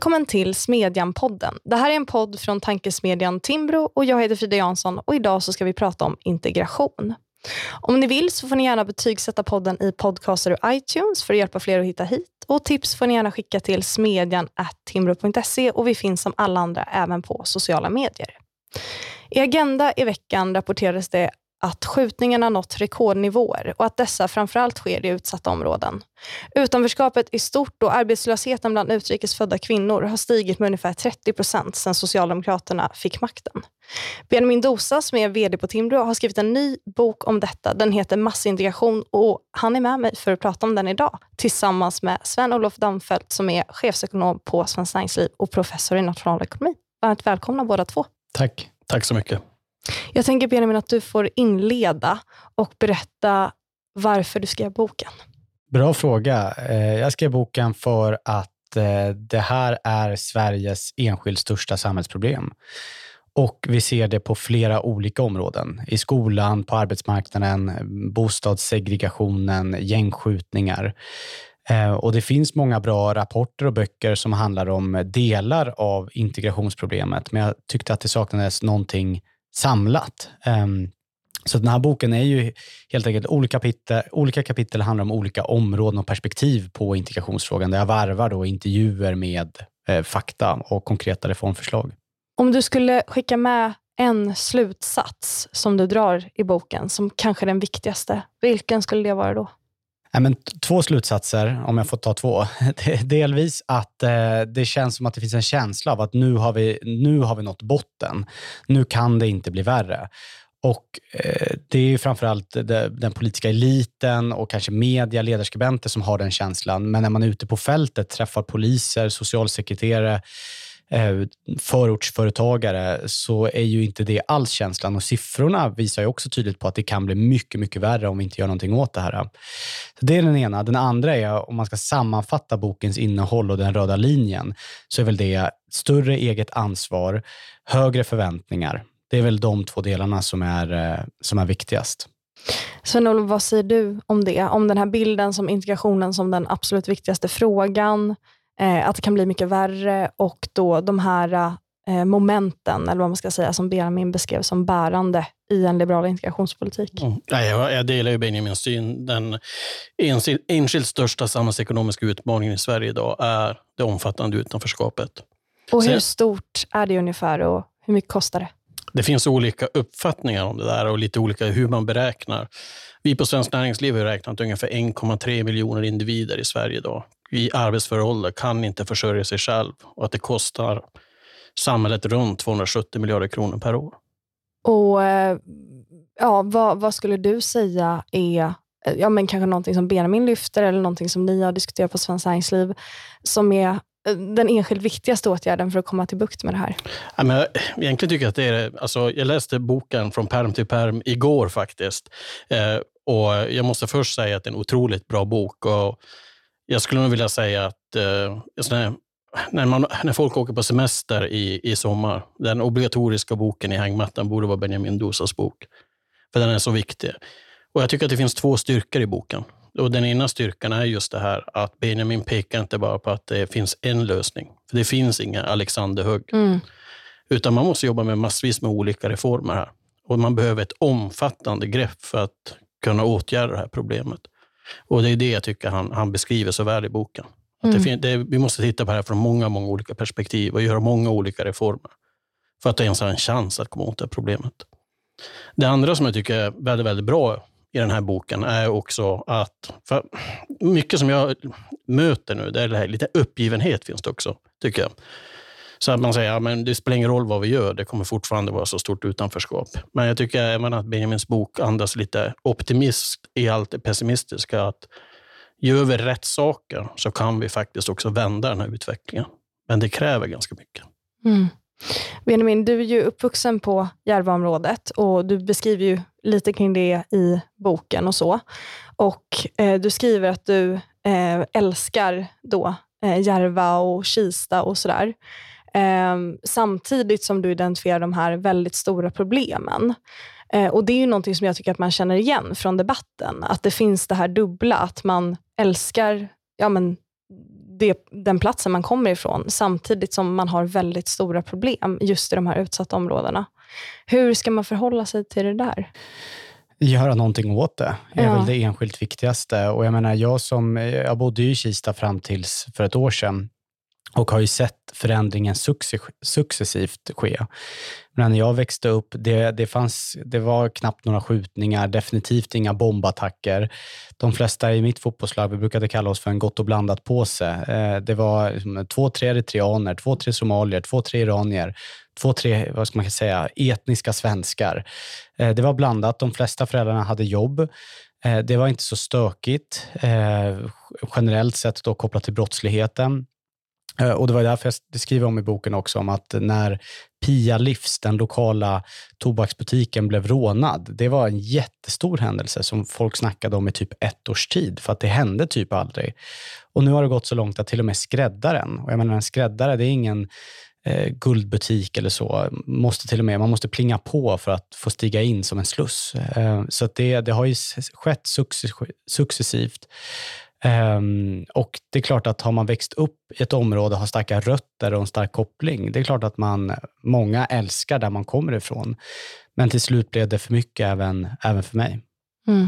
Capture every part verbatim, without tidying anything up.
Välkommen till Smedjan-podden. Det här är en podd från tankesmedjan Timbro och jag heter Frida Jansson och idag så ska vi prata om integration. Om ni vill så får ni gärna betygsätta podden i podcaster och iTunes för att hjälpa fler att hitta hit. Och tips får ni gärna skicka till smedjan at timbro punkt se och vi finns som alla andra även på sociala medier. I Agenda i veckan rapporterades det att skjutningarna nått rekordnivåer och att dessa framförallt sker i utsatta områden. Utanförskapet är stort och arbetslösheten bland utrikesfödda kvinnor har stigit med ungefär trettio procent sedan Socialdemokraterna fick makten. Benjamin Dosa, som är vd på Timbro, har skrivit en ny bok om detta. Den heter Massintegration och han är med mig för att prata om den idag tillsammans med Sven-Olof Damfelt som är chefsekonom på Svenskt Näringsliv och professor i nationalekonomi. Varmt välkomna båda två. Tack, tack så mycket. Jag tänker Benjamin att du får inleda och berätta varför du skrev boken. Bra fråga. Jag skrev boken för att det här är Sveriges enskilt största samhällsproblem. Och vi ser det på flera olika områden. I skolan, på arbetsmarknaden, bostadssegregationen, gängskjutningar. Och det finns många bra rapporter och böcker som handlar om delar av integrationsproblemet. Men jag tyckte att det saknades någonting samlat. Så den här boken är ju helt enkelt olika kapitel, olika kapitel handlar om olika områden och perspektiv på integrationsfrågan. Där jag varvar då intervjuer med eh, fakta och konkreta reformförslag. Om du skulle skicka med en slutsats som du drar i boken som kanske är den viktigaste, vilken skulle det vara då? Ja, men t- två slutsatser, om jag får ta två. Delvis att eh, det känns som att det finns en känsla av att nu har vi, nu har vi nått botten. Nu kan det inte bli värre. Och eh, det är ju framförallt det, den politiska eliten och kanske media, ledarskribenter som har den känslan. Men när man är ute på fältet träffar poliser, socialsekreterare, eh, förortsföretagare så är ju inte det alls känslan. Och siffrorna visar ju också tydligt på att det kan bli mycket, mycket värre om vi inte gör någonting åt det här. Så det är den ena. Den andra är, om man ska sammanfatta bokens innehåll och den röda linjen, så är väl det större eget ansvar, högre förväntningar. Det är väl de två delarna som är, som är viktigast. Sven-Olof, vad säger du om det? Om den här bilden som integrationen som den absolut viktigaste frågan, eh, att det kan bli mycket värre och då de här eh, momenten, eller vad man ska säga, som Benjamin beskrev som bärande i en liberal integrationspolitik. Mm. Ja, jag, jag delar ju Benjamins syn. Den enskilt, enskilt största samhällsekonomiska utmaningen i Sverige idag är det omfattande utanförskapet. Och hur Så, stort är det ungefär och hur mycket kostar det? Det finns olika uppfattningar om det där och lite olika hur man beräknar. Vi på Svenskt Näringsliv har räknat ungefär en komma tre miljoner individer i Sverige idag. I arbetsför ålder kan inte försörja sig själv och att det kostar samhället runt tvåhundrasjuttio miljarder kronor per år. Och ja, vad, vad skulle du säga är ja, men kanske någonting som Benjamin lyfter eller någonting som ni har diskuterat på Svenskt Näringsliv som är den enskilt viktigaste åtgärden för att komma till bukt med det här? Ja, men egentligen tycker jag att det är, alltså, jag läste boken från pärm till pärm igår faktiskt. Eh, och jag måste först säga att det är en otroligt bra bok. Och jag skulle nog vilja säga att eh, sådär, när, man, när folk åker på semester i, i sommar, den obligatoriska boken i hängmattan borde vara Benjamin Dosas bok. För den är så viktig. Och jag tycker att det finns två styrkor i boken. Och den ena styrkan är just det här att Benjamin pekar inte bara på att det finns en lösning. För det finns inga Alexanderhugg. Mm. Utan man måste jobba med massvis med olika reformer här. Och man behöver ett omfattande grepp för att kunna åtgärda det här problemet. Och det är det jag tycker han, han beskriver så väl i boken. Att mm. det, det, vi måste titta på det här från många, många olika perspektiv och göra många olika reformer. För att ens ha en chans att komma åt det här problemet. Det andra som jag tycker är väldigt, väldigt bra i den här boken är också att, för mycket som jag möter nu, det är det här, lite uppgivenhet finns det också, tycker jag. Så att man säger, ja, men det spelar ingen roll vad vi gör, det kommer fortfarande vara så stort utanförskap. Men jag tycker även att Benjamins bok andas lite optimism i allt det pessimistiska, att gör vi rätt saker så kan vi faktiskt också vända den här utvecklingen. Men det kräver ganska mycket. Mm. Benjamin, du är ju uppvuxen på Järvaområdet och du beskriver ju lite kring det i boken och så. Och eh, du skriver att du eh, älskar då eh, Järva och Kista och sådär. Eh, samtidigt som du identifierar de här väldigt stora problemen. Eh, och det är ju någonting som jag tycker att man känner igen från debatten. Att det finns det här dubbla, att man älskar ja, men, det, den platsen man kommer ifrån, samtidigt som man har väldigt stora problem just i de här utsatta områdena. Hur ska man förhålla sig till det där? Göra någonting åt det är Ja. väl det enskilt viktigaste. Och jag menar, jag som jag bodde i Kista fram tills för ett år sedan och har ju sett förändringen successivt ske. Men när jag växte upp, det, det, fanns, det var knappt några skjutningar, definitivt inga bombattacker. De flesta i mitt fotbollslag, vi brukade kalla oss för en gott och blandat påse. Det var liksom två, tre eritreaner, två, tre somalier, två, tre iranier, två, tre, vad ska man säga, etniska svenskar. Det var blandat, de flesta föräldrarna hade jobb. Det var inte så stökigt, generellt sett då kopplat till brottsligheten. Och det var därför jag skriver om i boken också om att när Pia Livs, den lokala tobaksbutiken, blev rånad. Det var en jättestor händelse som folk snackade om i typ ett års tid, för att det hände typ aldrig. Och nu har det gått så långt att till och med skräddaren, och jag menar en skräddare, det är ingen eh, guldbutik eller så, måste till och med, man måste plinga på för att få stiga in som en sluss. Eh, så att det, det har ju skett successivt. Um, och det är klart att har man växt upp i ett område, har starka rötter och en stark koppling, det är klart att man, många älskar där man kommer ifrån. Men till slut blev det för mycket även, även för mig. Mm.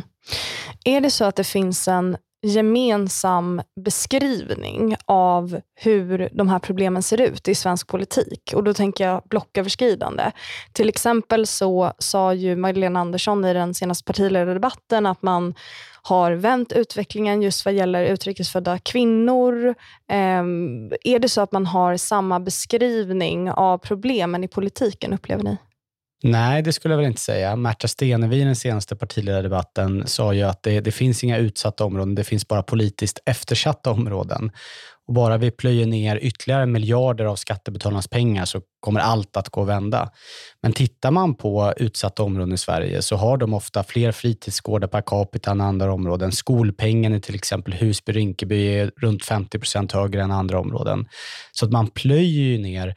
Är det så att det finns en gemensam beskrivning av hur de här problemen ser ut i svensk politik? Och då tänker jag blocköverskridande. Till exempel så sa ju Magdalena Andersson i den senaste partiledardebatten att man har vänt utvecklingen just vad gäller utrikesfödda kvinnor. Eh, är det så att man har samma beskrivning av problemen i politiken, upplever ni? Nej, det skulle jag väl inte säga. Märta Stenevi i den senaste partiledardebatten sa ju att det, det finns inga utsatta områden, det finns bara politiskt eftersatta områden. Och bara vi plöjer ner ytterligare miljarder av skattebetalarnas pengar så kommer allt att gå och vända. Men tittar man på utsatta områden i Sverige så har de ofta fler fritidsgårdar per capita än andra områden. Skolpengen i till exempel Husby-Rinkeby är runt femtio procent högre än andra områden. Så att man plöjer ju ner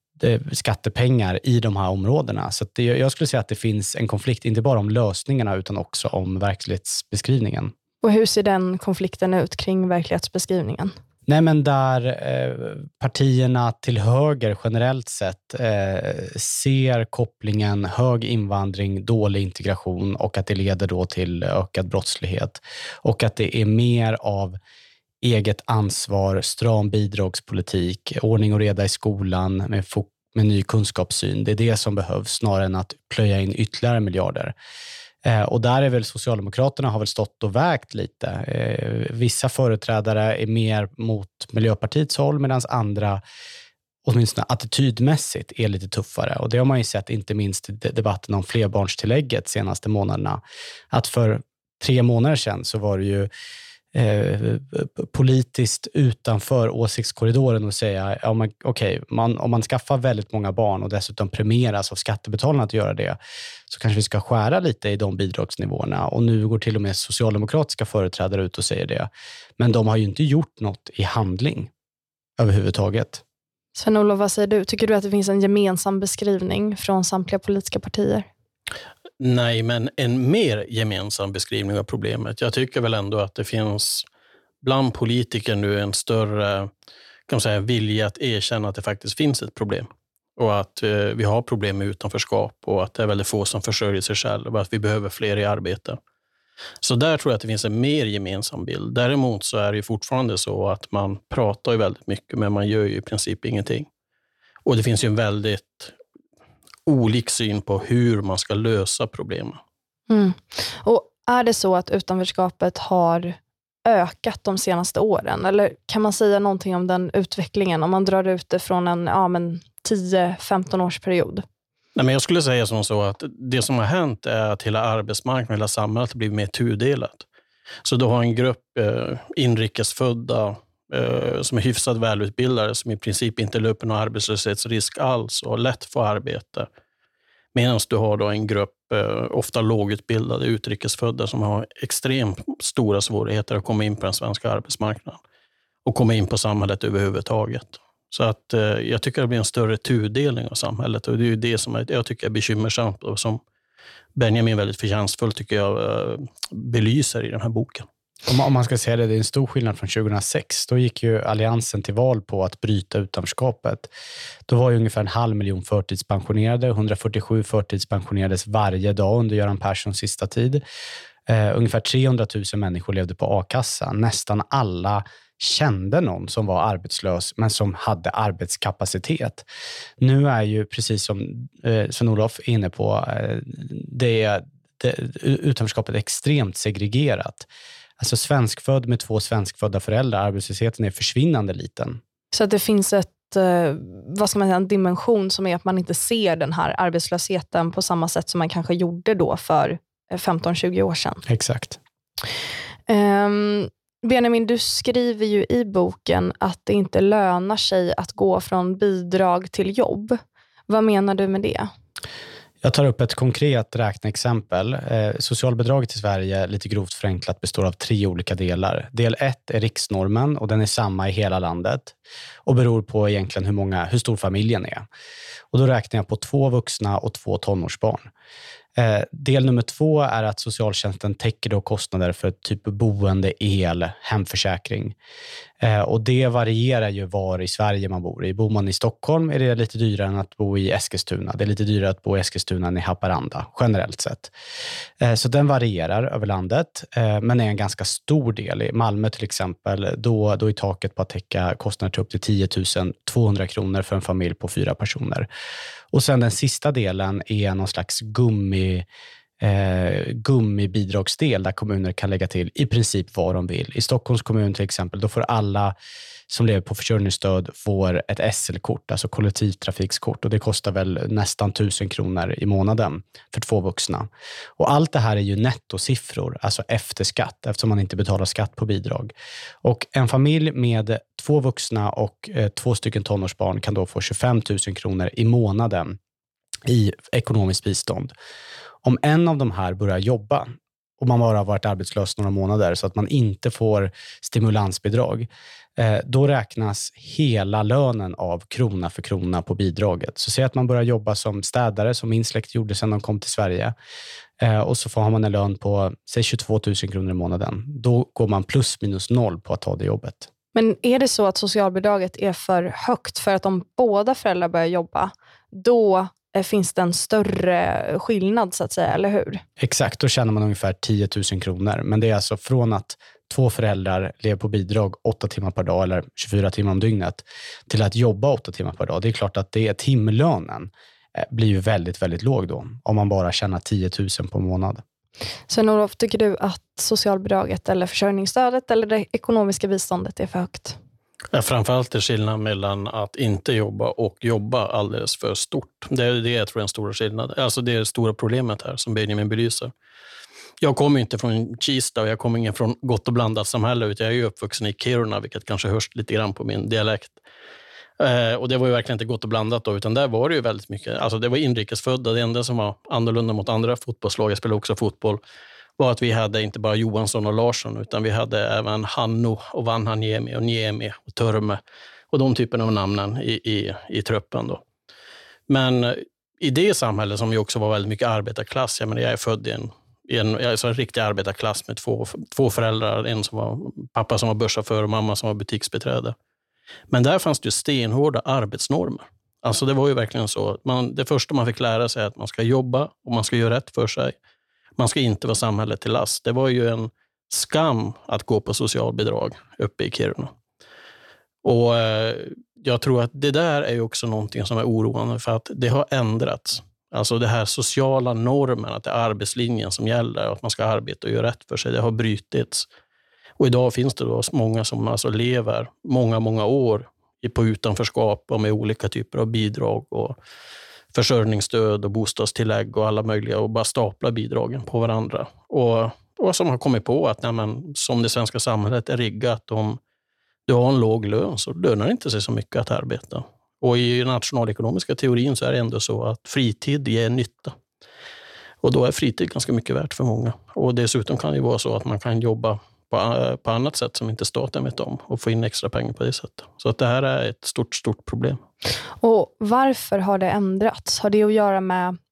skattepengar i de här områdena. Så att det, jag skulle säga att det finns en konflikt, inte bara om lösningarna utan också om verklighetsbeskrivningen. Och hur ser den konflikten ut kring verklighetsbeskrivningen? Nej, men där eh, partierna till höger generellt sett eh, ser kopplingen hög invandring, dålig integration och att det leder då till ökad brottslighet. Och att det är mer av eget ansvar, stram bidragspolitik, ordning och reda i skolan med, fo- med ny kunskapssyn. Det är det som behövs snarare än att plöja in ytterligare miljarder. Eh, och där är väl Socialdemokraterna har väl stått och vägt lite. Eh, vissa företrädare är mer mot Miljöpartiets håll medan andra åtminstone attitydmässigt är lite tuffare. Och det har man ju sett inte minst i debatten om flerbarnstillägget senaste månaderna. Att för tre månader sedan så var det ju Eh, politiskt utanför åsiktskorridoren och säga ja, men, okay, man, om man skaffar väldigt många barn och dessutom premieras av skattebetalarna att göra det, så kanske vi ska skära lite i de bidragsnivåerna. Och nu går till och med socialdemokratiska företrädare ut och säger det. Men de har ju inte gjort något i handling överhuvudtaget. Sven-Olof, vad säger du? Tycker du att det finns en gemensam beskrivning från samtliga politiska partier? Nej, men en mer gemensam beskrivning av problemet. Jag tycker väl ändå att det finns bland politiker nu en större, kan man säga, vilja att erkänna att det faktiskt finns ett problem. Och att eh, vi har problem med utanförskap och att det är väldigt få som försörjer sig själva och att vi behöver fler i arbete. Så där tror jag att det finns en mer gemensam bild. Däremot så är det ju fortfarande så att man pratar ju väldigt mycket men man gör ju i princip ingenting. Och det finns ju en väldigt olik syn på hur man ska lösa problemen. Mm. Och är det så att utanförskapet har ökat de senaste åren? Eller kan man säga någonting om den utvecklingen om man drar ut det från en ja, men tio femton års period? Nej, men jag skulle säga som så att det som har hänt är att hela arbetsmarknaden, hela samhället har blivit mer tudelat. Så du har en grupp eh, inrikesfödda eh, som är hyfsat välutbildade som i princip inte löper någon arbetslöshetsrisk alls och lätt får arbete. Medan du har då en grupp eh, ofta lågutbildade utrikesfödda som har extremt stora svårigheter att komma in på den svenska arbetsmarknaden och komma in på samhället överhuvudtaget. Så att eh, jag tycker det blir en större tudelning av samhället och det är ju det som jag tycker är bekymmersamt och som Benjamin väldigt förtjänstfullt tycker jag eh, belyser i den här boken. Om man, om man ska säga det, det är en stor skillnad från tjugohundrasex. Då gick ju Alliansen till val på att bryta utanförskapet. Då var ju ungefär en halv miljon förtidspensionerade. hundrafyrtiosju förtidspensionerades varje dag under Göran Perssons sista tid. Uh, ungefär trehundratusen människor levde på a-kassa. Nästan alla kände någon som var arbetslös men som hade arbetskapacitet. Nu är ju, precis som uh, Sven-Olof är inne på, uh, det, det, utanförskapet är extremt segregerat. Alltså svenskfödd med två svenskfödda föräldrar, arbetslösheten är försvinnande liten. Så att det finns ett, vad ska man säga, en dimension som är att man inte ser den här arbetslösheten på samma sätt som man kanske gjorde då för femton tjugo år sedan. Exakt. Um, Benjamin, du skriver ju i boken att det inte lönar sig att gå från bidrag till jobb. Vad menar du med det? Jag tar upp ett konkret räkneexempel. Eh, socialbidraget i Sverige, lite grovt förenklat, består av tre olika delar. Del ett är riksnormen och den är samma i hela landet och beror på egentligen hur, många, hur stor familjen är. Och då räknar jag på två vuxna och två tonårsbarn. Eh, del nummer två är att socialtjänsten täcker då kostnader för typ boende, el, hemförsäkring. Eh, och det varierar ju var i Sverige man bor i. Bor man i Stockholm är det lite dyrare än att bo i Eskilstuna. Det är lite dyrare att bo i Eskilstuna än i Haparanda, generellt sett. Eh, så den varierar över landet, eh, men är en ganska stor del. I Malmö till exempel, då, då är taket på att täcka kostnader till upp till tio tusen tvåhundra kronor för en familj på fyra personer. Och sen den sista delen är någon slags gummi, eh, gummibidragsdel där kommuner kan lägga till i princip vad de vill. I Stockholms kommun till exempel, då får alla som lever på försörjningsstöd får ett S L-kort, alltså kollektivtrafikskort, och det kostar väl nästan tusen kronor i månaden för två vuxna. Och allt det här är ju nettosiffror, alltså efter skatt, eftersom man inte betalar skatt på bidrag. Och en familj med två vuxna och eh, två stycken tonårsbarn kan då få tjugofem tusen kronor i månaden i ekonomiskt bistånd. Om en av de här börjar jobba och man bara har varit arbetslös några månader så att man inte får stimulansbidrag, eh, då räknas hela lönen av krona för krona på bidraget. Så säg att man börjar jobba som städare, som min släkt gjorde sedan de kom till Sverige, eh, och så får man en lön på säg tjugotvå tusen kronor i månaden. Då går man plus minus noll på att ta det jobbet. Men är det så att socialbidraget är för högt för att om båda föräldrar börjar jobba, då finns det en större skillnad så att säga, eller hur? Exakt, då tjänar man ungefär tio tusen kronor. Men det är alltså från att två föräldrar lever på bidrag åtta timmar per dag eller tjugofyra timmar om dygnet till att jobba åtta timmar per dag. Det är klart att det är timlönen blir ju väldigt, väldigt låg då om man bara tjänar tio tusen på månad. Sven-Olof, tycker du att socialbidraget eller försörjningsstödet eller det ekonomiska biståndet är för högt? Ja, framförallt är skillnaden mellan att inte jobba och jobba alldeles för stort. Det är det jag tror är en stor skillnad. Alltså det är det stora problemet här som Benjamin belyser. Jag kommer inte från Kista och jag kommer inte från gott och blandat samhälle, utan jag är ju uppvuxen i Kiruna, vilket kanske hörs lite grann på min dialekt. Eh, och det var ju verkligen inte gott och blandat då, utan där var det ju väldigt mycket. Alltså det var inrikesfödda, det enda som var annorlunda mot andra fotbollslag, jag spelade också fotboll, var att vi hade inte bara Johansson och Larsson, utan vi hade även Hanno och Vanhaniemi och Niemi och Törme och de typerna av namnen i, i, i truppen då. Men i det samhället som ju också var väldigt mycket arbetarklass, jag menar jag är född i en, i en, jag är så en riktig arbetarklass med två, två föräldrar, en som var pappa som var börschaufför och mamma som var butiksbeträde. Men där fanns det ju stenhårda arbetsnormer. Alltså det var ju verkligen så, man, det första man fick lära sig är att man ska jobba och man ska göra rätt för sig. Man ska inte vara samhället till last. Det var ju en skam att gå på socialbidrag uppe i Kiruna. Och eh, jag tror att det där är ju också någonting som är oroande, för att det har ändrats. Alltså det här sociala normen, att det är arbetslinjen som gäller och att man ska arbeta och göra rätt för sig, det har brutits. Och idag finns det då många som alltså lever många, många år på utanförskap och med olika typer av bidrag och försörjningsstöd och bostadstillägg och alla möjliga, och bara stapla bidragen på varandra. Och, och som har kommit på att när man, som det svenska samhället är riggat, om du har en låg lön så lönar det inte sig så mycket att arbeta. Och i nationalekonomiska teorin så är det ändå så att fritid ger nytta. Och då är fritid ganska mycket värt för många. Och dessutom kan det vara så att man kan jobba på, på annat sätt som inte staten vet om och få in extra pengar på det sättet. Så att det här är ett stort, stort problem. Och varför har det ändrats? Har det att göra med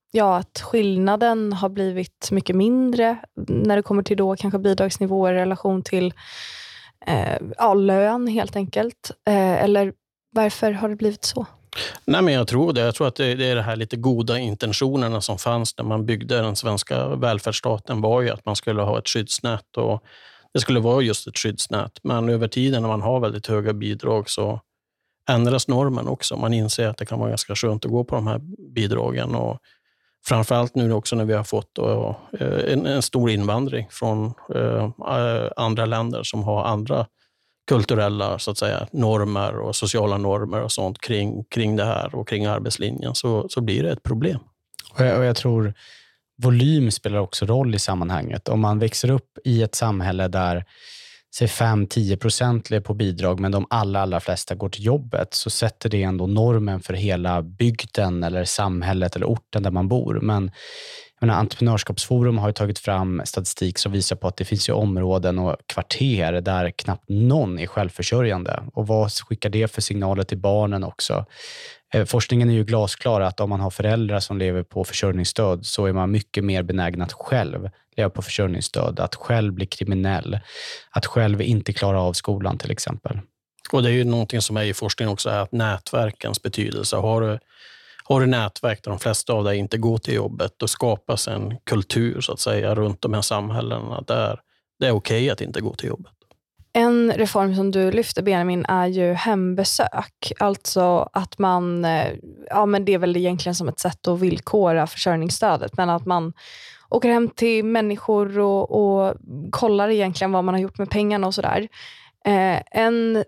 ja, att skillnaden har blivit mycket mindre när det kommer till då kanske bidragsnivåer i relation till eh, ja, lön helt enkelt. Eh, eller varför har det blivit så? Nej, men jag tror det. Jag tror att det, det är det här lite goda intentionerna som fanns när man byggde den svenska välfärdsstaten, var ju att man skulle ha ett skyddsnät, och det skulle vara just ett skyddsnät. Men över tiden när man har väldigt höga bidrag så ändras normen också. Man inser att det kan vara ganska skönt att gå på de här bidragen, och framförallt nu också när vi har fått då, en, en stor invandring från eh, andra länder som har andra kulturella så att säga, normer och sociala normer och sånt kring, kring det här och kring arbetslinjen, så, så blir det ett problem. Och jag, och jag tror volym spelar också roll i sammanhanget. Om man växer upp i ett samhälle där säg fem till tio procent är på bidrag, men de allra, allra flesta går till jobbet, så sätter det ändå normen för hela bygden eller samhället eller orten där man bor. Men jag menar, Entreprenörskapsforum har ju tagit fram statistik som visar på att det finns ju områden och kvarter där knappt någon är självförsörjande. Och vad skickar det för signaler till barnen också? Forskningen är ju glasklar att om man har föräldrar som lever på försörjningsstöd så är man mycket mer benägen att själv leva på försörjningsstöd, att själv bli kriminell, att själv inte klara av skolan till exempel. Och det är ju någonting som är i forskningen också, är att nätverkens betydelse. Har du, har du nätverk där de flesta av dig inte går till jobbet, då skapas en kultur så att säga runt de här samhällena där det är okej att inte gå till jobbet. En reform som du lyfter, Benjamin, är ju hembesök. Alltså att man, ja men det är väl egentligen som ett sätt att villkora försörjningsstödet, men att man åker hem till människor och, och kollar egentligen vad man har gjort med pengarna och sådär. Eh, en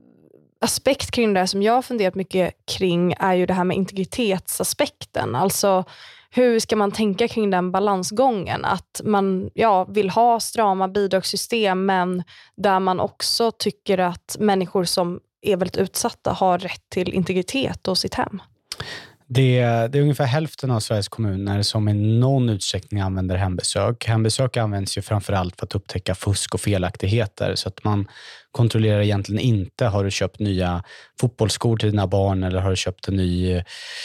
aspekt kring det som jag har funderat mycket kring är ju det här med integritetsaspekten. Alltså hur ska man tänka kring den balansgången? Att man ja, vill ha strama bidragssystem, men där man också tycker att människor som är väldigt utsatta har rätt till integritet och sitt hem. Det, det är ungefär hälften av Sveriges kommuner som i någon utsträckning använder hembesök. Hembesök används ju framförallt för att upptäcka fusk och felaktigheter, så att man kontrollerar egentligen inte, har du köpt nya fotbollsskor till dina barn eller har du köpt en ny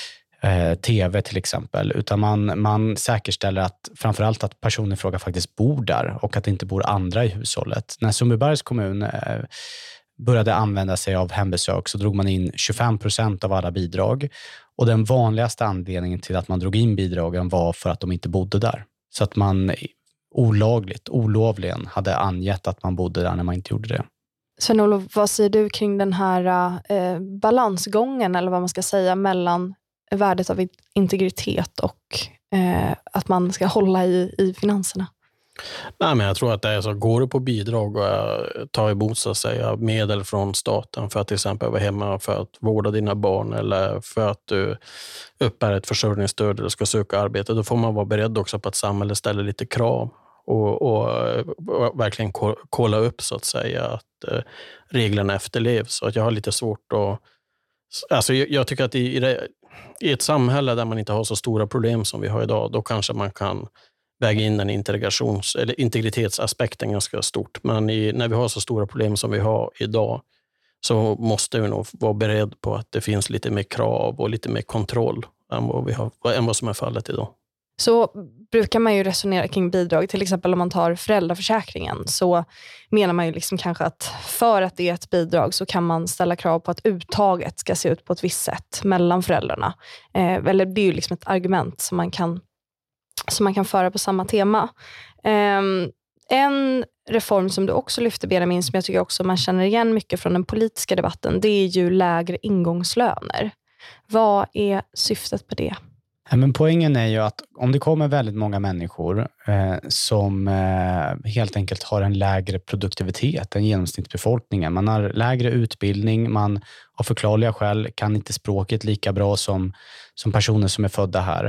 eh, tv till exempel, utan man, man säkerställer att framförallt att personen i fråga faktiskt bor där och att det inte bor andra i hushållet. När Sundbybergs kommun eh, började använda sig av hembesök så drog man in tjugofem procent av alla bidrag. Och den vanligaste anledningen till att man drog in bidragen var för att de inte bodde där. Så att man olagligt, olovligen hade angett att man bodde där när man inte gjorde det. Sven-Olof, vad säger du kring den här eh, balansgången, eller vad man ska säga, mellan värdet av integritet och eh, att man ska hålla i, i finanserna? Nej, men jag tror att det är så, går du på bidrag och tar emot så att säga medel från staten för att till exempel vara hemma för att vårda dina barn eller för att du uppbär ett försörjningsstöd eller ska söka arbete, då får man vara beredd också på att samhället ställer lite krav och, och, och verkligen kolla upp så att säga att reglerna efterlevs. Så att jag har lite svårt att... Alltså jag tycker att i, i, det, i ett samhälle där man inte har så stora problem som vi har idag, då kanske man kan väga in den integrations- eller integritetsaspekten ganska stort. Men i, när vi har så stora problem som vi har idag så måste vi nog vara beredd på att det finns lite mer krav och lite mer kontroll än vad, vi har, än vad som är fallet idag. Så brukar man ju resonera kring bidrag, till exempel om man tar föräldraförsäkringen, så menar man ju liksom kanske att för att det är ett bidrag så kan man ställa krav på att uttaget ska se ut på ett visst sätt mellan föräldrarna. Eh, eller det är ju liksom ett argument som man kan som man kan föra på samma tema. Um, en reform som du också lyfter, Benjamin, som jag tycker också man känner igen mycket från den politiska debatten, det är ju lägre ingångslöner. Vad är syftet med det? Ja, men poängen är ju att om det kommer väldigt många människor eh, som eh, helt enkelt har en lägre produktivitet än genomsnittsbefolkningen, man har lägre utbildning, man av förklarliga skäl kan inte språket lika bra som, som personer som är födda här,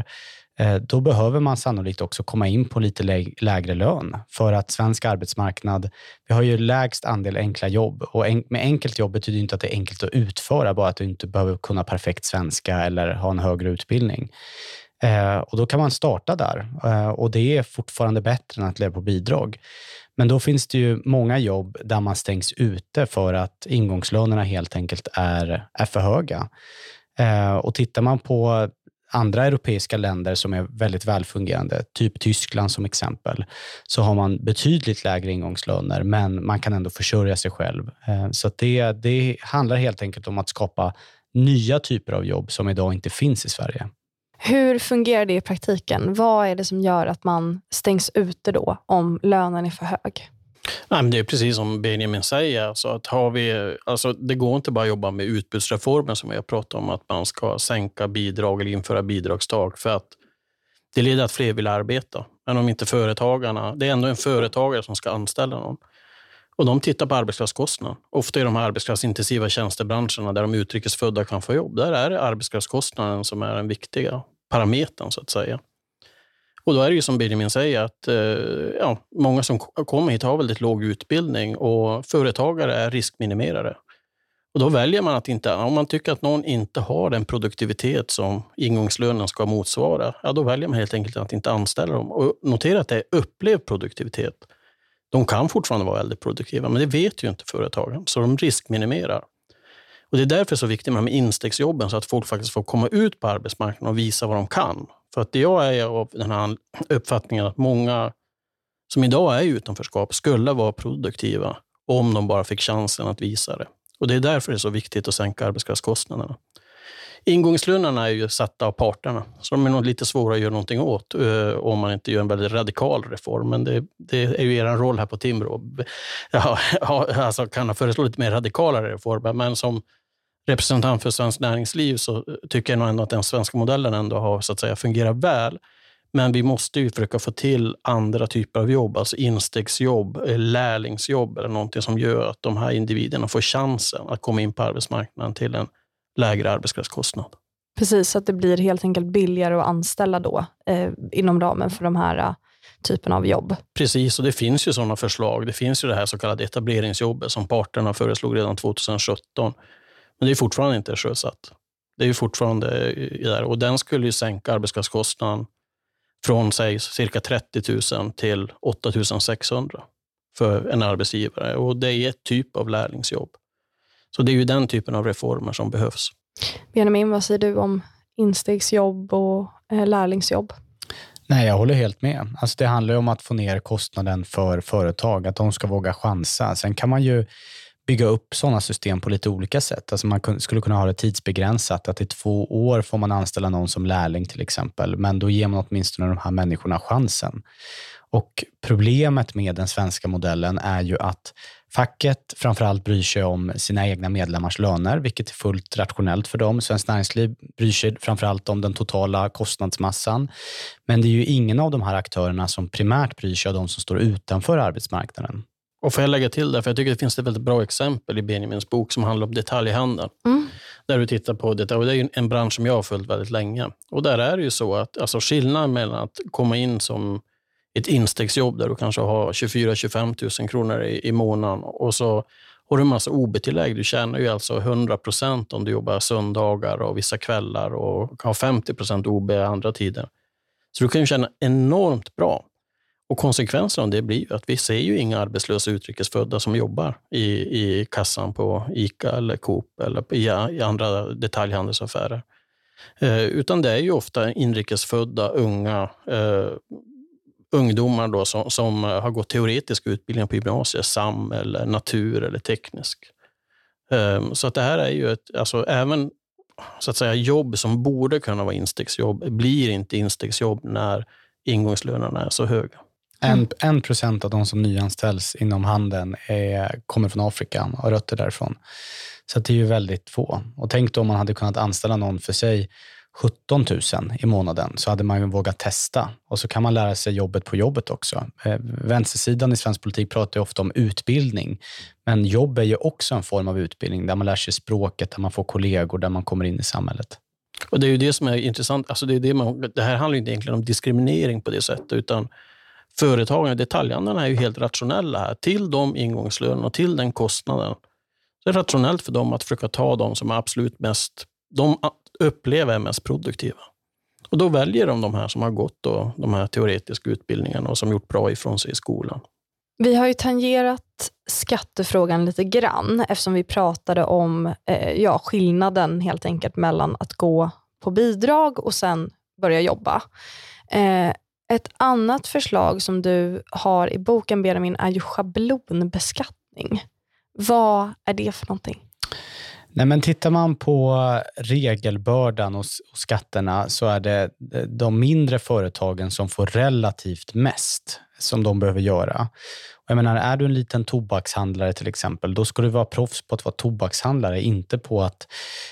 då behöver man sannolikt också komma in på lite lägre lön. För att svensk arbetsmarknad, vi har ju lägst andel enkla jobb. Och med enkelt jobb betyder inte att det är enkelt att utföra, bara att du inte behöver kunna perfekt svenska eller ha en högre utbildning. Och då kan man starta där. Och det är fortfarande bättre än att leva på bidrag. Men då finns det ju många jobb där man stängs ute för att ingångslönerna helt enkelt är, är för höga. Och tittar man på andra europeiska länder som är väldigt välfungerande, typ Tyskland som exempel, så har man betydligt lägre ingångslöner, men man kan ändå försörja sig själv. Så att det, det handlar helt enkelt om att skapa nya typer av jobb som idag inte finns i Sverige. Hur fungerar det i praktiken? Vad är det som gör att man stängs ute då om lönen är för hög? Nej, men det är precis som Benjamin säger. Alltså att har vi, alltså det går inte bara att jobba med utbudsreformer som vi har pratat om, att man ska sänka bidrag eller införa bidragstak för att det leder att fler vill arbeta. Men om inte företagarna, det är ändå en företagare som ska anställa någon. Och de tittar på arbetskraftskostnaden. Ofta i de här arbetskraftsintensiva tjänstebranscherna där de utrikesfödda kan få jobb, där är det arbetskraftskostnaden som är den viktiga parametern så att säga. Och då är det ju som Benjamin säger att eh, ja, många som kommer hit har väldigt låg utbildning och företagare är riskminimerare. Och då väljer man att inte, om man tycker att någon inte har den produktivitet som ingångslönen ska motsvara, ja då väljer man helt enkelt att inte anställa dem. Och notera att det är upplevd produktivitet. De kan fortfarande vara väldigt produktiva, men det vet ju inte företagen, så de riskminimerar. Och det är därför så viktigt med instegsjobben så att folk faktiskt får komma ut på arbetsmarknaden och visa vad de kan. För att jag är av den här uppfattningen att många som idag är i utanförskap skulle vara produktiva om de bara fick chansen att visa det. Och det är därför det är så viktigt att sänka arbetskraftskostnaderna. Ingångslönerna är ju satta av parterna, så de är nog lite svåra att göra någonting åt uh, om man inte gör en väldigt radikal reform. Men det, det är ju er roll här på Timbro. Ja, alltså kan jag föreslå lite mer radikala reformer, men som representant för Svenskt Näringsliv så tycker jag nog ändå att den svenska modellen ändå har så att säga fungerat väl. Men vi måste ju försöka få till andra typer av jobb, alltså instegsjobb, lärlingsjobb eller någonting som gör att de här individerna får chansen att komma in på arbetsmarknaden till en lägre arbetskraftskostnad. Precis, så att det blir helt enkelt billigare att anställa då eh, inom ramen för de här uh, typen av jobb. Precis, och det finns ju sådana förslag. Det finns ju det här så kallade etableringsjobbet som parterna föreslog redan tjugohundrasjutton. Men det är fortfarande inte sjösatt. Det är ju fortfarande där. Och den skulle ju sänka arbetskraftskostnaden från sig cirka trettio tusen till åtta tusen sexhundra för en arbetsgivare. Och det är ett typ av lärlingsjobb. Så det är ju den typen av reformer som behövs. Benjamin, vad säger du om instegsjobb och eh, lärlingsjobb? Nej, jag håller helt med. Alltså det handlar ju om att få ner kostnaden för företag, att de ska våga chansa. Sen kan man ju bygga upp sådana system på lite olika sätt. Alltså man skulle kunna ha det tidsbegränsat, att i två år får man anställa någon som lärling till exempel, men då ger man åtminstone de här människorna chansen. Och problemet med den svenska modellen är ju att facket framförallt bryr sig om sina egna medlemmars löner, vilket är fullt rationellt för dem. Svenskt Näringsliv bryr sig framförallt om den totala kostnadsmassan. Men det är ju ingen av de här aktörerna som primärt bryr sig om de som står utanför arbetsmarknaden. Och får jag lägga till det, för jag tycker det finns ett väldigt bra exempel i Benjamins bok som handlar om detaljhandeln. Mm. Där du tittar på det, och det är ju en bransch som jag har följt väldigt länge. Och där är det ju så att alltså skillnaden mellan att komma in som ett instegsjobb där du kanske har tjugofyra till tjugofem tusen kronor i, i månaden och så har du en massa O B-tillägg. Du tjänar ju alltså hundra procent om du jobbar söndagar och vissa kvällar och har femtio procent O B andra tider. Så du kan ju tjäna enormt bra. Och konsekvensen av det blir ju att vi ser ju inga arbetslösa utrikesfödda som jobbar i, i kassan på ICA eller Coop eller i, i andra detaljhandelsaffärer. Eh, utan det är ju ofta inrikesfödda, unga eh, ungdomar då som, som har gått teoretisk utbildning på gymnasiet, SAM eller natur eller teknisk. Eh, så att det här är ju ett, alltså även så att säga jobb som borde kunna vara instegsjobb blir inte instegsjobb när ingångslönerna är så höga. En, en procent av de som nyanställs inom handeln är, kommer från Afrika och har rötter därifrån. Så det är ju väldigt få. Och tänk då om man hade kunnat anställa någon för sig sjutton tusen i månaden, så hade man ju vågat testa. Och så kan man lära sig jobbet på jobbet också. Eh, vänstersidan i svensk politik pratar ju ofta om utbildning. Men jobb är ju också en form av utbildning där man lär sig språket, där man får kollegor, där man kommer in i samhället. Och det är ju det som är intressant. Alltså det, är det, man, det här handlar inte egentligen om diskriminering på det sättet, utan företagen och detaljhandeln är ju helt rationella här. Till de ingångslönen och till den kostnaden. Det är rationellt för dem att försöka ta de som är absolut mest, de upplever är mest produktiva. Och då väljer de de här som har gått då, de här teoretiska utbildningarna och som gjort bra ifrån sig i skolan. Vi har ju tangerat skattefrågan lite grann eftersom vi pratade om eh, ja, skillnaden helt enkelt mellan att gå på bidrag och sen börja jobba. Eh, ett annat förslag som du har i boken, Benjamin, är ju schablonbeskattning. Vad är det för någonting? Nej, men tittar man på regelbördan och, och skatterna så är det de mindre företagen som får relativt mest som de behöver göra. Och jag menar, är du en liten tobakshandlare till exempel, då ska du vara proffs på att vara tobakshandlare, inte på att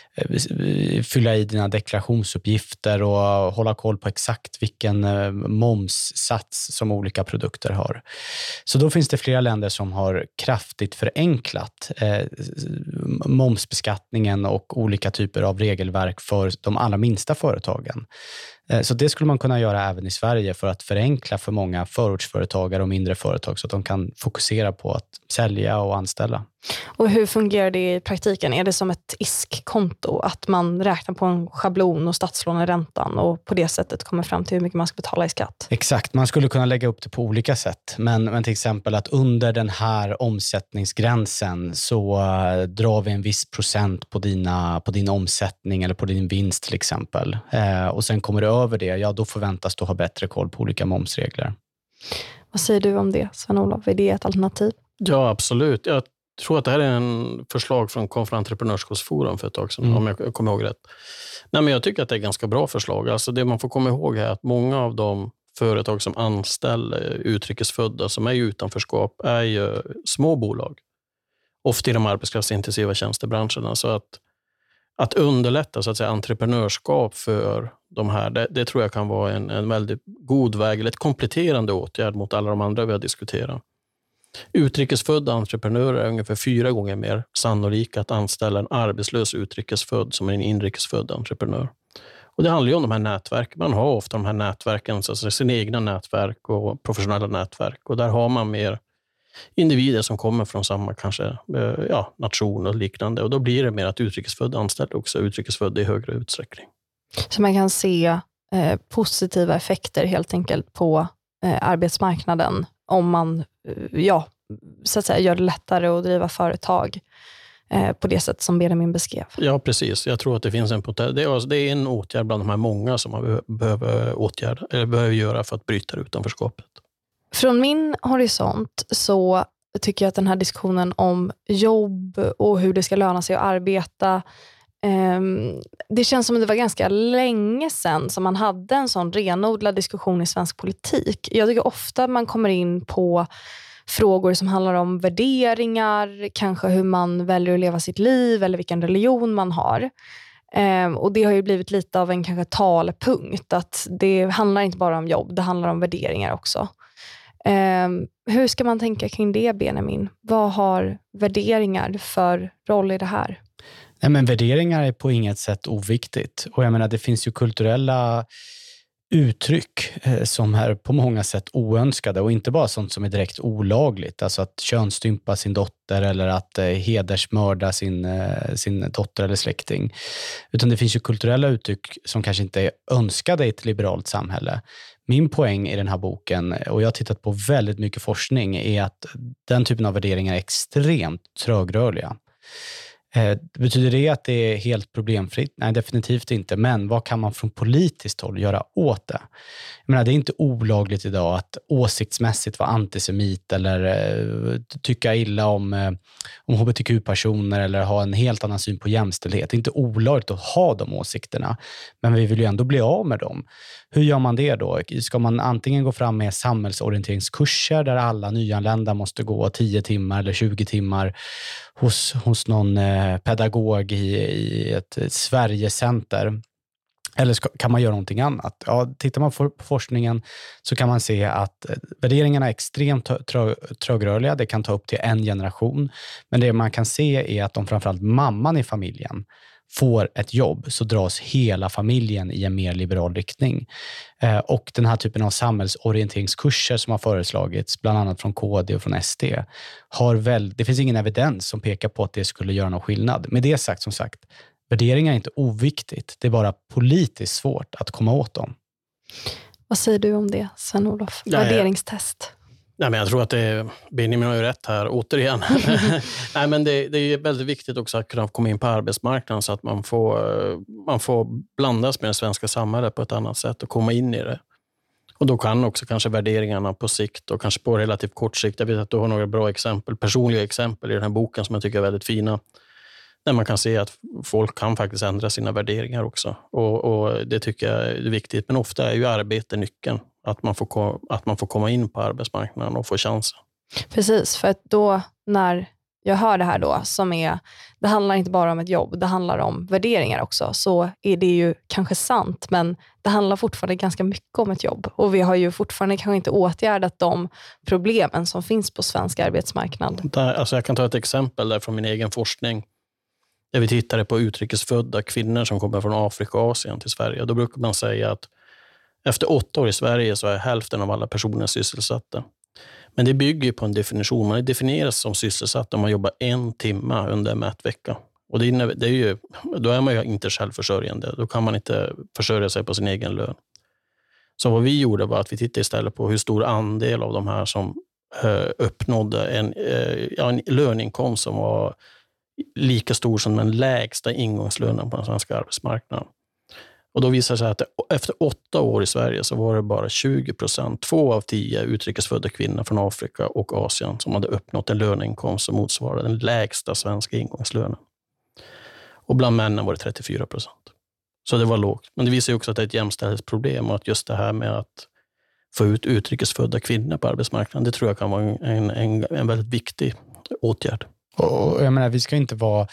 eh, fylla i dina deklarationsuppgifter och hålla koll på exakt vilken eh, momssats som olika produkter har. Så då finns det flera länder som har kraftigt förenklat eh, momsbeskattningen och olika typer av regelverk för de allra minsta företagen. Så det skulle man kunna göra även i Sverige för att förenkla för många förortsföretagare och mindre företag så att de kan fokusera på att sälja och anställa. Och hur fungerar det i praktiken? Är det som ett I S K-konto? Att man räknar på en schablon och statslåneräntan och på det sättet kommer fram till hur mycket man ska betala i skatt? Exakt, man skulle kunna lägga upp det på olika sätt. Men, men till exempel att under den här omsättningsgränsen så uh, drar vi en viss procent på, dina, på din omsättning eller på din vinst till exempel. Uh, och sen kommer du över det, ja då förväntas du ha bättre koll på olika momsregler. Vad säger du om det, Sven-Olof? Är det ett alternativ? Ja, absolut. Jag tror att det här är en förslag från Kom för Entreprenörskapsforum för ett tag sedan, mm. om jag kommer ihåg rätt. Nej, men jag tycker att det är ganska bra förslag. Alltså det man får komma ihåg är att många av de företag som anställer utrikesfödda som är i utanförskap är ju små bolag. Ofta i de arbetskraftsintensiva tjänstebranscherna. Så att, att underlätta så att säga, entreprenörskap för de här, det, det tror jag kan vara en, en väldigt god väg eller ett kompletterande åtgärd mot alla de andra vi har diskuterat. Utrikesfödda entreprenörer är ungefär fyra gånger mer sannolika att anställa en arbetslös utrikesfödd som en inrikesfödd entreprenör. Och det handlar ju om de här nätverken. Man har ofta de här nätverken, alltså sina egna nätverk och professionella nätverk. Och där har man mer individer som kommer från samma kanske ja, nation och liknande. Och då blir det mer att utrikesfödda anställer också utrikesfödda i högre utsträckning. Så man kan se eh, positiva effekter helt enkelt på eh, arbetsmarknaden om man eh, ja, så att säga, gör det lättare att driva företag eh, på det sätt som Benjamin beskrev. Ja, precis. Jag tror att det finns en potential. Det är, alltså, det är en åtgärd bland de här många som man behöver, åtgärda, eller behöver göra för att bryta utanförskapet. Från min horisont så tycker jag att den här diskussionen om jobb och hur det ska löna sig att arbeta, eh, det känns som att det var ganska länge sedan som man hade en sån renodlad diskussion i svensk politik. Jag tycker ofta man kommer in på frågor som handlar om värderingar, kanske hur man väljer att leva sitt liv eller vilken religion man har. Eh, och det har ju blivit lite av en kanske talpunkt, att det handlar inte bara om jobb, det handlar om värderingar också. Eh, hur ska man tänka kring det, Benjamin? Vad har värderingar för roll i det här? Nej, men värderingar är på inget sätt oviktigt. Och jag menar, det finns ju kulturella uttryck eh, som är på många sätt oönskade och inte bara sånt som är direkt olagligt. Alltså att könsstympa sin dotter eller att eh, hedersmörda sin, eh, sin dotter eller släkting. Utan det finns ju kulturella uttryck som kanske inte är önskade i ett liberalt samhälle. Min poäng i den här boken, och jag har tittat på väldigt mycket forskning, är att den typen av värderingar är extremt trögrörliga. Betyder det att det är helt problemfritt? Nej, definitivt inte. Men vad kan man från politiskt håll göra åt det? Jag menar, det är inte olagligt idag att åsiktsmässigt vara antisemit eller eh, tycka illa om, eh, om H B T Q-personer eller ha en helt annan syn på jämställdhet. Det är inte olagligt att ha de åsikterna, men vi vill ju ändå bli av med dem. Hur gör man det då? Ska man antingen gå fram med samhällsorienteringskurser där alla nyanlända måste gå tio timmar eller tjugo timmar hos, hos någon eh, pedagog i, i ett, ett Sverigecenter? Eller ska, kan man göra någonting annat? Ja, tittar man på forskningen så kan man se att värderingarna är extremt trö, trögrörliga. Det kan ta upp till en generation. Men det man kan se är att om framförallt mamman i familjen får ett jobb så dras hela familjen i en mer liberal riktning. Eh, och den här typen av samhällsorienteringskurser som har föreslagits, bland annat från K D och från S D, har väl, det finns ingen evidens som pekar på att det skulle göra någon skillnad. Med det sagt, som sagt, värderingar är inte oviktigt. Det är bara politiskt svårt att komma åt dem. Vad säger du om det, Sven-Olof? Ja, Värderingstest. Nej, men jag tror att det, Benjamin har ju rätt här, återigen. Nej, men det, det är väldigt viktigt också att kunna komma in på arbetsmarknaden så att man får, man får blandas med det svenska samhället på ett annat sätt och komma in i det. Och då kan också kanske värderingarna på sikt och kanske på relativt kort sikt, jag vet att du har några bra exempel, personliga exempel i den här boken som jag tycker är väldigt fina, där man kan se att folk kan faktiskt ändra sina värderingar också. Och, och det tycker jag är viktigt. Men ofta är ju arbete nyckeln. Att man, får, att man får komma in på arbetsmarknaden och få chansen. Precis, för att då när jag hör det här då, som är, det handlar inte bara om ett jobb, det handlar om värderingar också, så är det ju kanske sant, men det handlar fortfarande ganska mycket om ett jobb. Och vi har ju fortfarande kanske inte åtgärdat de problemen som finns på svensk arbetsmarknad. Där, alltså jag kan ta ett exempel där från min egen forskning. Där vi tittade på utrikesfödda kvinnor som kommer från Afrika och Asien till Sverige. Då brukar man säga att efter åtta år i Sverige så är hälften av alla personer sysselsatta. Men det bygger på en definition. Man definieras som sysselsatt om man jobbar en timme under en mätvecka. Och det är, det är ju, då är man ju inte självförsörjande. Då kan man inte försörja sig på sin egen lön. Så vad vi gjorde var att vi tittade istället på hur stor andel av de här som eh, uppnådde en, eh, ja, en löneinkomst som var lika stor som den lägsta ingångslönen på den svenska arbetsmarknaden. Och då visar det sig att efter åtta år i Sverige så var det bara tjugo procent, två av tio utrikesfödda kvinnor från Afrika och Asien som hade uppnått en löneinkomst som motsvarade den lägsta svenska ingångslönen. Och bland männen var det trettiofyra procent. Så det var lågt. Men det visar ju också att det är ett jämställdhetsproblem och att just det här med att få ut utrikesfödda kvinnor på arbetsmarknaden, det tror jag kan vara en, en, en väldigt viktig åtgärd. Och jag menar, vi ska inte vara...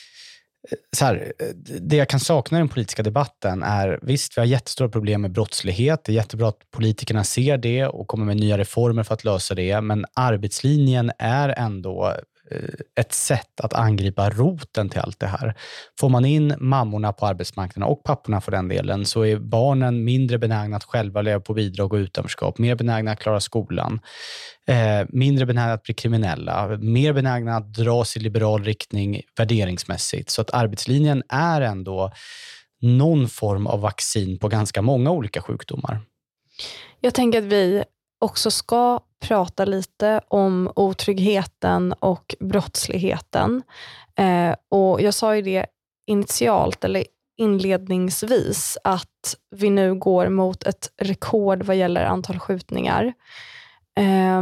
Så här, det jag kan sakna i den politiska debatten är, visst, vi har jättestora problem med brottslighet. Det är jättebra att politikerna ser det och kommer med nya reformer för att lösa det. Men arbetslinjen är ändå ett sätt att angripa roten till allt det här. Får man in mammorna på arbetsmarknaden och papporna för den delen, så är barnen mindre benägna att själva leva på bidrag och utanförskap, mer benägna att klara skolan, eh, mindre benägna att bli kriminella, mer benägna att dras i liberal riktning värderingsmässigt. Så att arbetslinjen är ändå någon form av vaccin på ganska många olika sjukdomar. Jag tänker att vi också ska prata lite om otryggheten och brottsligheten. Eh, och jag sa ju det initialt eller inledningsvis att vi nu går mot ett rekord vad gäller antal skjutningar. Eh,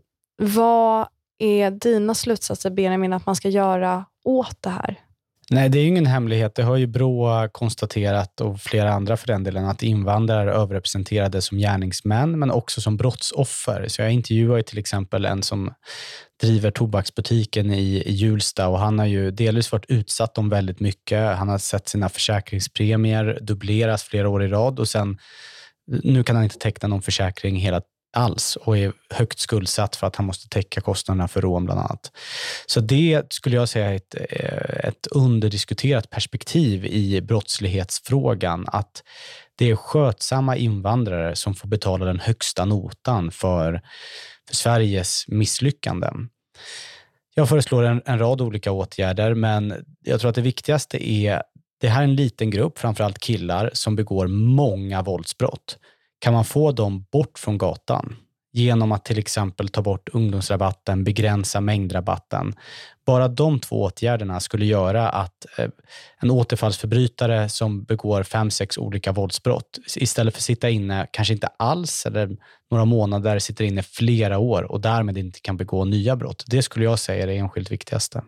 vad är dina slutsatser, Benjamin, att man ska göra åt det här? Nej, det är ju ingen hemlighet. Det har ju Brå konstaterat, och flera andra för den delen, att invandrare är överrepresenterade som gärningsmän men också som brottsoffer. Så jag intervjuar till exempel en som driver tobaksbutiken i, i Hjulsta, och han har ju delvis varit utsatt om väldigt mycket. Han har sett sina försäkringspremier dubbleras flera år i rad, och sen nu kan han inte teckna någon försäkring hela alls och är högt skuldsatt för att han måste täcka kostnaderna för rån bland annat. Så det skulle jag säga är ett, ett underdiskuterat perspektiv i brottslighetsfrågan, att det är skötsamma invandrare som får betala den högsta notan för, för Sveriges misslyckanden. Jag föreslår en, en rad olika åtgärder, men jag tror att det viktigaste är, det här är en liten grupp, framförallt killar, som begår många våldsbrott. Kan man få dem bort från gatan genom att till exempel ta bort ungdomsrabatten, begränsa mängdrabatten? Bara de två åtgärderna skulle göra att en återfallsförbrytare som begår fem, sex olika våldsbrott, istället för att sitta inne kanske inte alls eller några månader, sitter inne flera år och därmed inte kan begå nya brott. Det skulle jag säga är det enskilt viktigaste.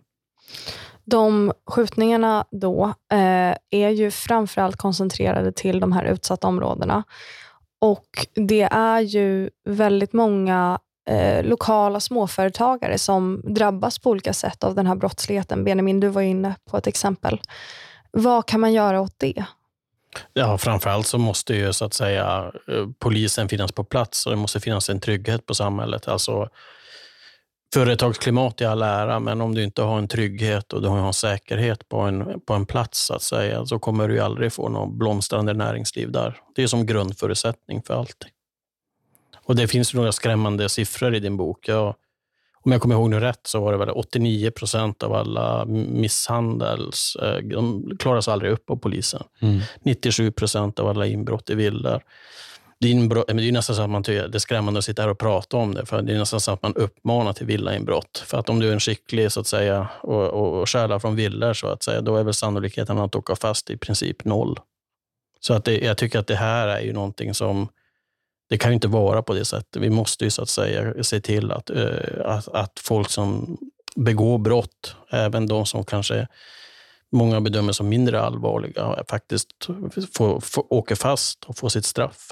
De skjutningarna då eh, är ju framförallt koncentrerade till de här utsatta områdena. Och det är ju väldigt många eh, lokala småföretagare som drabbas på olika sätt av den här brottsligheten. Benjamin, du var inne på ett exempel. Vad kan man göra åt det? Ja, framförallt så måste ju så att säga polisen finnas på plats, och det måste finnas en trygghet på samhället. Alltså företagsklimat i all ära, men om du inte har en trygghet och du har en säkerhet på en, på en plats så att säga, så kommer du ju aldrig få något blomstrande näringsliv där. Det är som grundförutsättning för allt. Och det finns några skrämmande siffror i din bok. Jag, om jag kommer ihåg nu rätt så var det väl åttionio procent av alla misshandels, de klaras aldrig upp av polisen. Mm. nittiosju procent av alla inbrott i villor. Det är, det är nästan så att man tycker det är skrämmande att sitta här och prata om det. För det är nästan så att man uppmanar till villainbrott. För att om du är en skicklig så att säga och, och, och stjälar från villor så att säga, då är väl sannolikheten att åka fast i princip noll. Så att det, jag tycker att det här är ju någonting som, det kan ju inte vara på det sättet. Vi måste ju så att säga se till att, att, att folk som begår brott, även de som kanske många bedömer som mindre allvarliga, faktiskt får, får, åker fast och får sitt straff.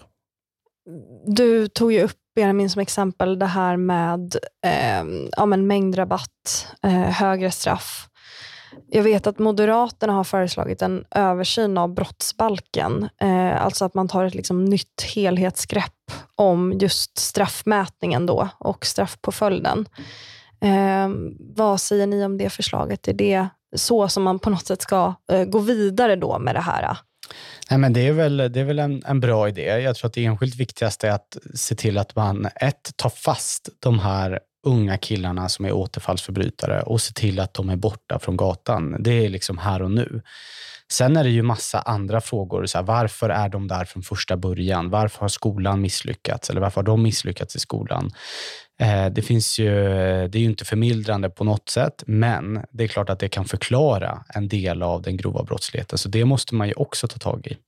Du tog ju upp, Benjamin, som exempel det här med eh, ja, men mängdrabatt, eh, högre straff. Jag vet att Moderaterna har föreslagit en översyn av brottsbalken. Eh, alltså att man tar ett liksom, nytt helhetsgrepp om just straffmätningen då och straffpåföljden. Eh, vad säger ni om det förslaget? Är det så som man på något sätt ska eh, gå vidare då med det här? Nej, men det är väl, det är väl en, en bra idé. Jag tror att det enskilt viktigaste är att se till att man ett, tar fast de här unga killarna som är återfallsförbrytare och se till att de är borta från gatan. Det är liksom här och nu. Sen är det ju massa andra frågor. Så här, varför är de där från första början? Varför har skolan misslyckats? Eller varför har de misslyckats i skolan? Eh, det finns ju, det är ju inte förmildrande på något sätt, men det är klart att det kan förklara en del av den grova brottsligheten. Så det måste man ju också ta tag i.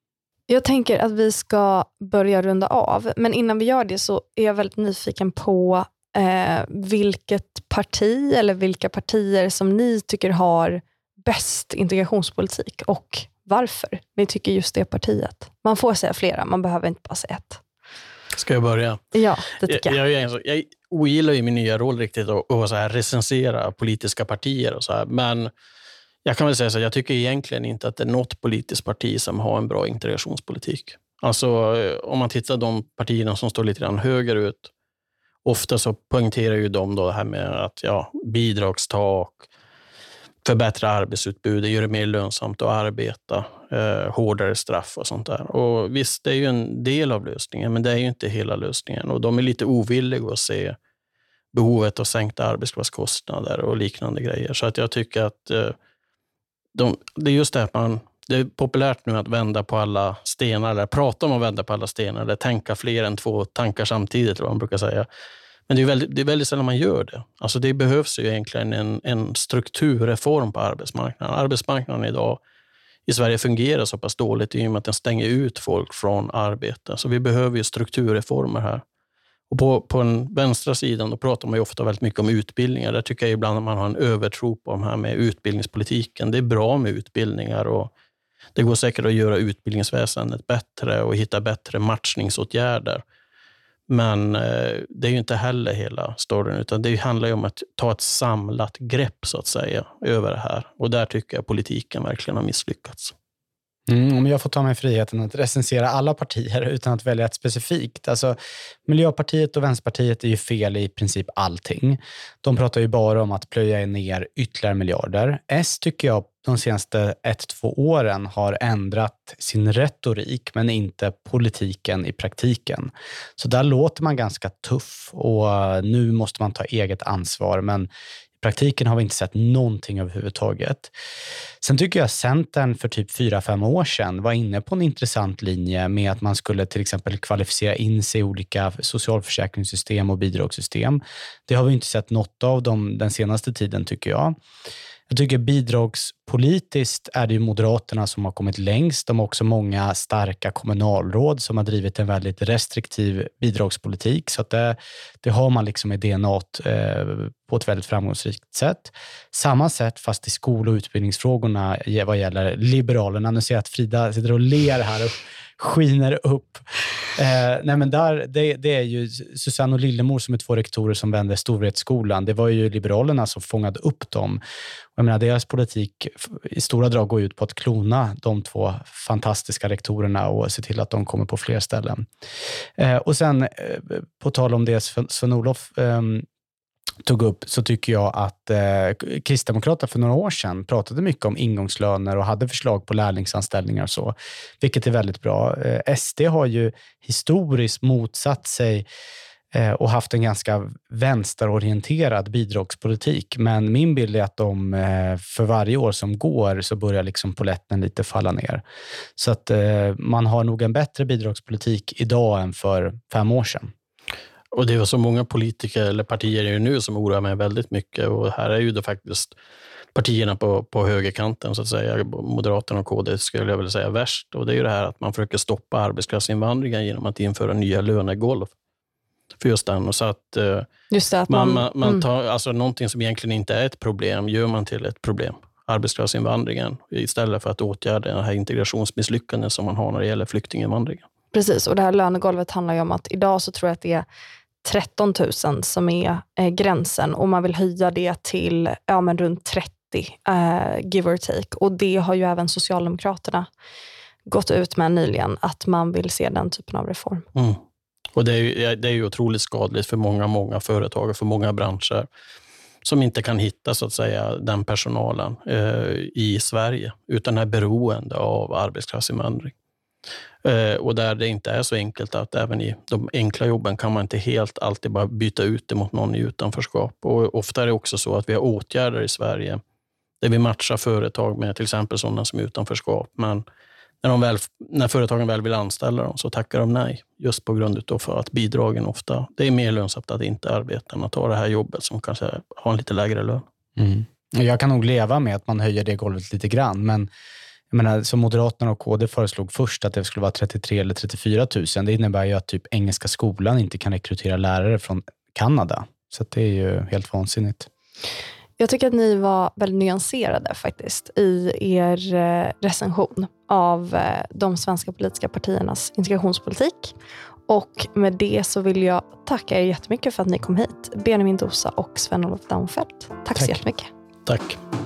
Jag tänker att vi ska börja runda av. Men innan vi gör det så är jag väldigt nyfiken på eh, vilket parti eller vilka partier som ni tycker har bäst integrationspolitik och varför ni tycker just det partiet. Man får säga flera, man behöver inte bara säga ett. Ska jag börja? Ja, det tycker jag. Jag, jag, jag ogillar ju min nya roll riktigt att, att så här recensera politiska partier och så här, men jag kan väl säga så här, jag tycker egentligen inte att det är något politiskt parti som har en bra integrationspolitik. Alltså om man tittar på de partierna som står lite grann högerut, ofta så poängterar ju de då det här med att ja, bidragstak, förbättra arbetsutbudet, göra det mer lönsamt att arbeta, eh, hårdare straff och sånt där. Och visst, det är ju en del av lösningen, men det är ju inte hela lösningen. Och de är lite ovilliga att se behovet av sänkta arbetsplatskostnader och liknande grejer. Så att jag tycker att eh, de, det är just det att man, det är populärt nu att vända på alla stenar, eller prata om att vända på alla stenar, eller tänka fler än två tankar samtidigt, vad man brukar säga. Men det är väldigt, det är väldigt sällan man gör det. Alltså det behövs ju egentligen en, en strukturreform på arbetsmarknaden. Arbetsmarknaden idag i Sverige fungerar så pass dåligt i och med att den stänger ut folk från arbete. Så vi behöver ju strukturreformer här. Och på, på den vänstra sidan då pratar man ju ofta väldigt mycket om utbildningar. Där tycker jag ibland att man har en övertro på de här med utbildningspolitiken. Det är bra med utbildningar och det går säkert att göra utbildningsväsendet bättre och hitta bättre matchningsåtgärder. Men eh, det är ju inte heller hela storyn, utan det handlar ju om att ta ett samlat grepp så att säga över det här. Och där tycker jag politiken verkligen har misslyckats. Mm, om jag får ta mig friheten att recensera alla partier utan att välja ett specifikt. Alltså, Miljöpartiet och Vänsterpartiet är ju fel i princip allting. De pratar ju bara om att plöja ner ytterligare miljarder. S tycker jag de senaste ett, två åren har ändrat sin retorik men inte politiken i praktiken. Så där låter man ganska tuff och nu måste man ta eget ansvar, men i praktiken har vi inte sett någonting överhuvudtaget. Sen tycker jag Centern för typ fyra, fem år sedan var inne på en intressant linje med att man skulle till exempel kvalificera in sig i olika socialförsäkringssystem och bidragssystem. Det har vi inte sett något av dem den senaste tiden tycker jag. Jag tycker bidragspolitiskt är det ju Moderaterna som har kommit längst. De har också många starka kommunalråd som har drivit en väldigt restriktiv bidragspolitik. Så att det, det har man liksom i D N A-t eh, på ett väldigt framgångsrikt sätt. Samma sätt fast i skol- och utbildningsfrågorna vad gäller Liberalerna. Nu ser jag att Frida sitter och ler här och skiner upp. Eh, nej men där, det, det är ju Susanne och Lillemor som är två rektorer som vände Storvretskolan. Det var ju Liberalerna som fångade upp dem. Jag menar, deras politik i stora drag går ut på att klona de två fantastiska rektorerna och se till att de kommer på fler ställen. Eh, och sen eh, på tal om det Sven-Olof eh, tog upp så tycker jag att eh, Kristdemokraterna för några år sedan pratade mycket om ingångslöner och hade förslag på lärlingsanställningar och så, vilket är väldigt bra. Eh, S D har ju historiskt motsatt sig eh, och haft en ganska vänsterorienterad bidragspolitik. Men min bild är att de eh, för varje år som går så börjar liksom polletten lite falla ner. Så att eh, man har nog en bättre bidragspolitik idag än för fem år sedan. Och det är så många politiker eller partier är ju nu som oroar mig väldigt mycket, och här är ju då faktiskt partierna på, på högerkanten så att säga, Moderaterna och K D skulle jag vilja säga värst, och det är ju det här att man försöker stoppa arbetskraftsinvandringen genom att införa nya lönegolv för just den, och så att, just det, att man, man, man mm. tar alltså någonting som egentligen inte är ett problem gör man till ett problem, arbetskraftsinvandringen, istället för att åtgärda den här integrationsmisslyckanden som man har när det gäller flyktinginvandringen. Precis, och det här lönegolvet handlar ju om att idag så tror jag att det är tretton tusen som är eh, gränsen, och man vill höja det till ja, men runt trettio, eh, give or take. Och det har ju även Socialdemokraterna gått ut med nyligen, att man vill se den typen av reform. Mm. Och det är, ju, det är ju otroligt skadligt för många, många företag och för många branscher som inte kan hitta så att säga den personalen eh, i Sverige, utan är beroende av arbetskraftsinvandring. Eh, och där det inte är så enkelt att även i de enkla jobben kan man inte helt alltid bara byta ut det mot någon i utanförskap. Och ofta är det också så att vi har åtgärder i Sverige där vi matchar företag med till exempel sådana som är utanförskap. Men när, de väl, när företagen väl vill anställa dem så tackar de nej. Just på grund av för att bidragen ofta, det är mer lönsamt att inte arbeta än att ta det här jobbet som kanske har en lite lägre lön. Mm. Jag kan nog leva med att man höjer det golvet lite grann, men jag menar, som Moderaterna och K D föreslog först att det skulle vara trettiotre eller trettiofyra tusen. Det innebär ju att typ Engelska skolan inte kan rekrytera lärare från Kanada. Så det är ju helt vansinnigt. Jag tycker att ni var väldigt nyanserade faktiskt i er recension av de svenska politiska partiernas integrationspolitik. Och med det så vill jag tacka er jättemycket för att ni kom hit. Benjamin Dosa och Sven-Olof Daunfeldt. Tack, Tack så jättemycket. Tack.